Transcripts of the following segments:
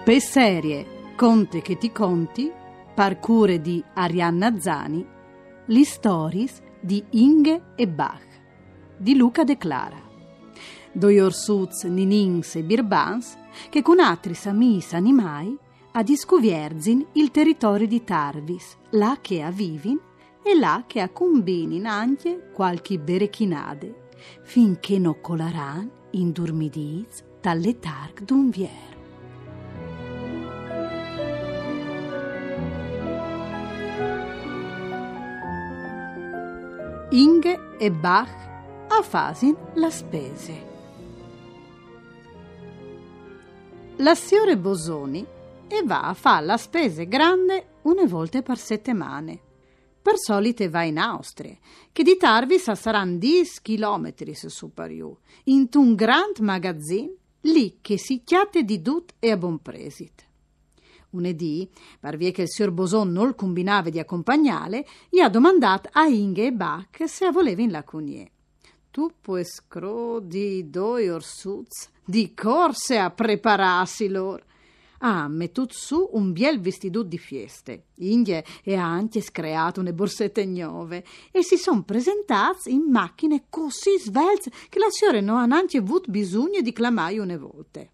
Per serie Conte che ti conti, parcure di Arianna Zani, le stories di Inge e Bach, di Luca De Clara. Doi orsuz, ninins e birbans, che con altri samis animai a discuvierzin il territorio di Tarvis, là che a vivin e là che a combinin anche qualche berechinade, finché no colaran in durmidiz tal letarg d'un vier. Inge e Bach a fasin la spese. La signora Bosoni e va a fare la spese grande una volta per settimane. Per solite va in Austria, che di Tarvis saranno 10 chilometri su per giù, in un grand magazzin, lì che si chiate di tut e a buon presit. Unedì, per via che il signor Boson non il combinava di accompagnare, gli ha domandato a Inge e Bach se voleva in la cunie. Tu puoi scrodi doi orsuz di corse a prepararsi loro. Ha mettut su un biel vestito di fieste. Inge e ha anche screato une borsette nuove e si son presentati in macchine così svelte che la signora non ha neanche avuto bisogno di clamare une volte.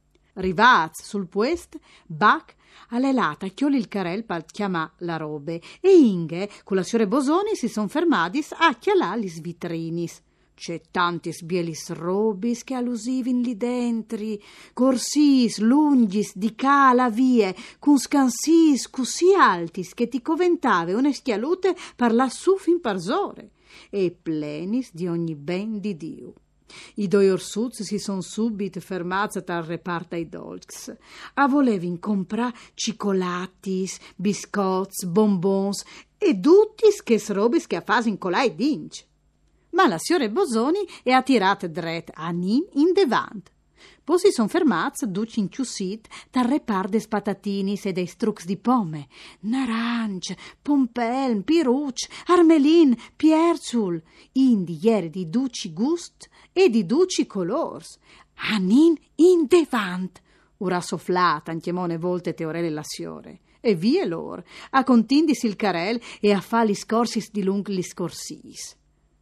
Rivaz sul puest, Bach ha lelata chioli il carel per chiamare la robe e Inge con la signora Bosoni si son fermadis a chialà gli svitrinis. C'è tantis bielis robis che allusivin lì dentri, corsis, lungis, di cala vie, con scansis così altis che ti coventave une schialute per lassù fin parzore, e plenis di ogni ben di Dio. I due orsuz si son subito fermati al reparto ai dolcs. A volevin comprà cicolatis, biscotti, bonbons e tuttis che robis che a fasin colai d'inc. Ma la signora Bosoni è attirata dret a nin in devant. Poi si son fermati duci inciussit dal repar des patatinis e dei strucs di pomme, naranci, pompelm, piruc, armelin, pierzul, indi ieri di duci gust e di duci colors. A nin in devant, ora sofflata anche volte teorelle la signore. E vie lor, a contindis il carel e a fa li scorsis di lung li scorsis.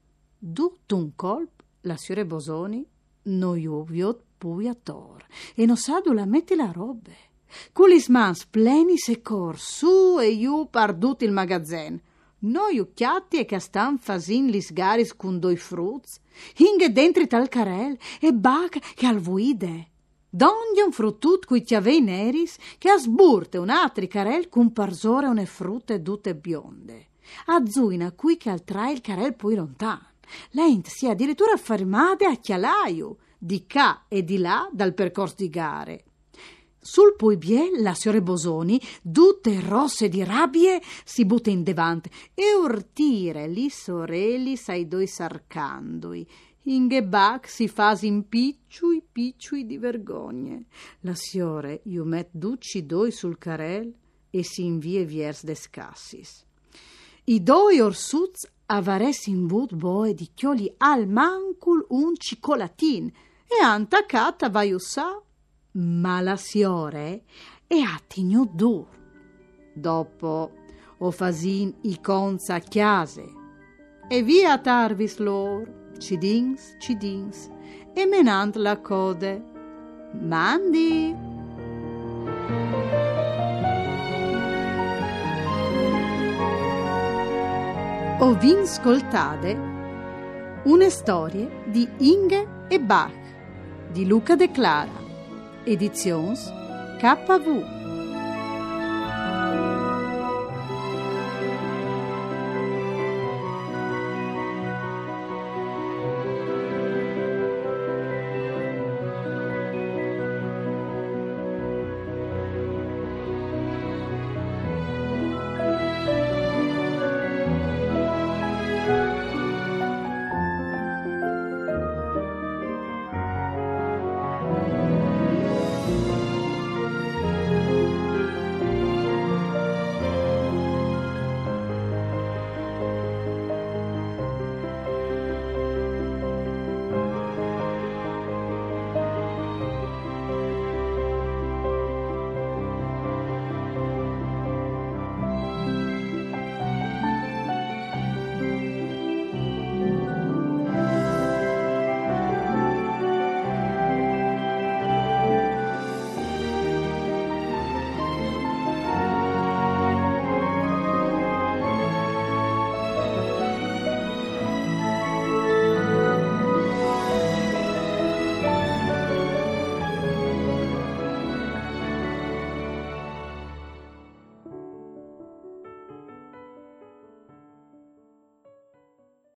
Tutto un colp, la signora Bosoni non juviot puiator e non sa dove la mette la robe. Culis mans plenis e cor su e giù pardut il magazzin. Noi ucchiati e che stan fasin lis garis con doi fruz, Inge dentri tal carel e Bach che al vuide. Donde un fruttut cui chiavei neris che a sburte un altri carel con parzore une frutte tutte bionde. Azzuina qui che al trae il carel poi lontano. L'ent si è addirittura fermate a chialaio, di qua e di là dal percorso di gare. Sul poibie la signora Bosoni, tutte rosse di rabbie, si butta in devant e urtire li sorellis ai doi sarcandoi. Inge Bach si fasi in picciui di vergogne. La signora iu met duci doi sul carel e si invie viers des cassis. I doi orsuz avares in vut boe di chioli al mancul un cicolatin e antacata vaiussà, ma la signore è attigno dur. Dopo o fasin i conza chiase e via Tarvis lor, cidins, e menant la code. Mandi! O vin ascoltate une storie di Inge e Bach di Luca De Clara, edizions KV.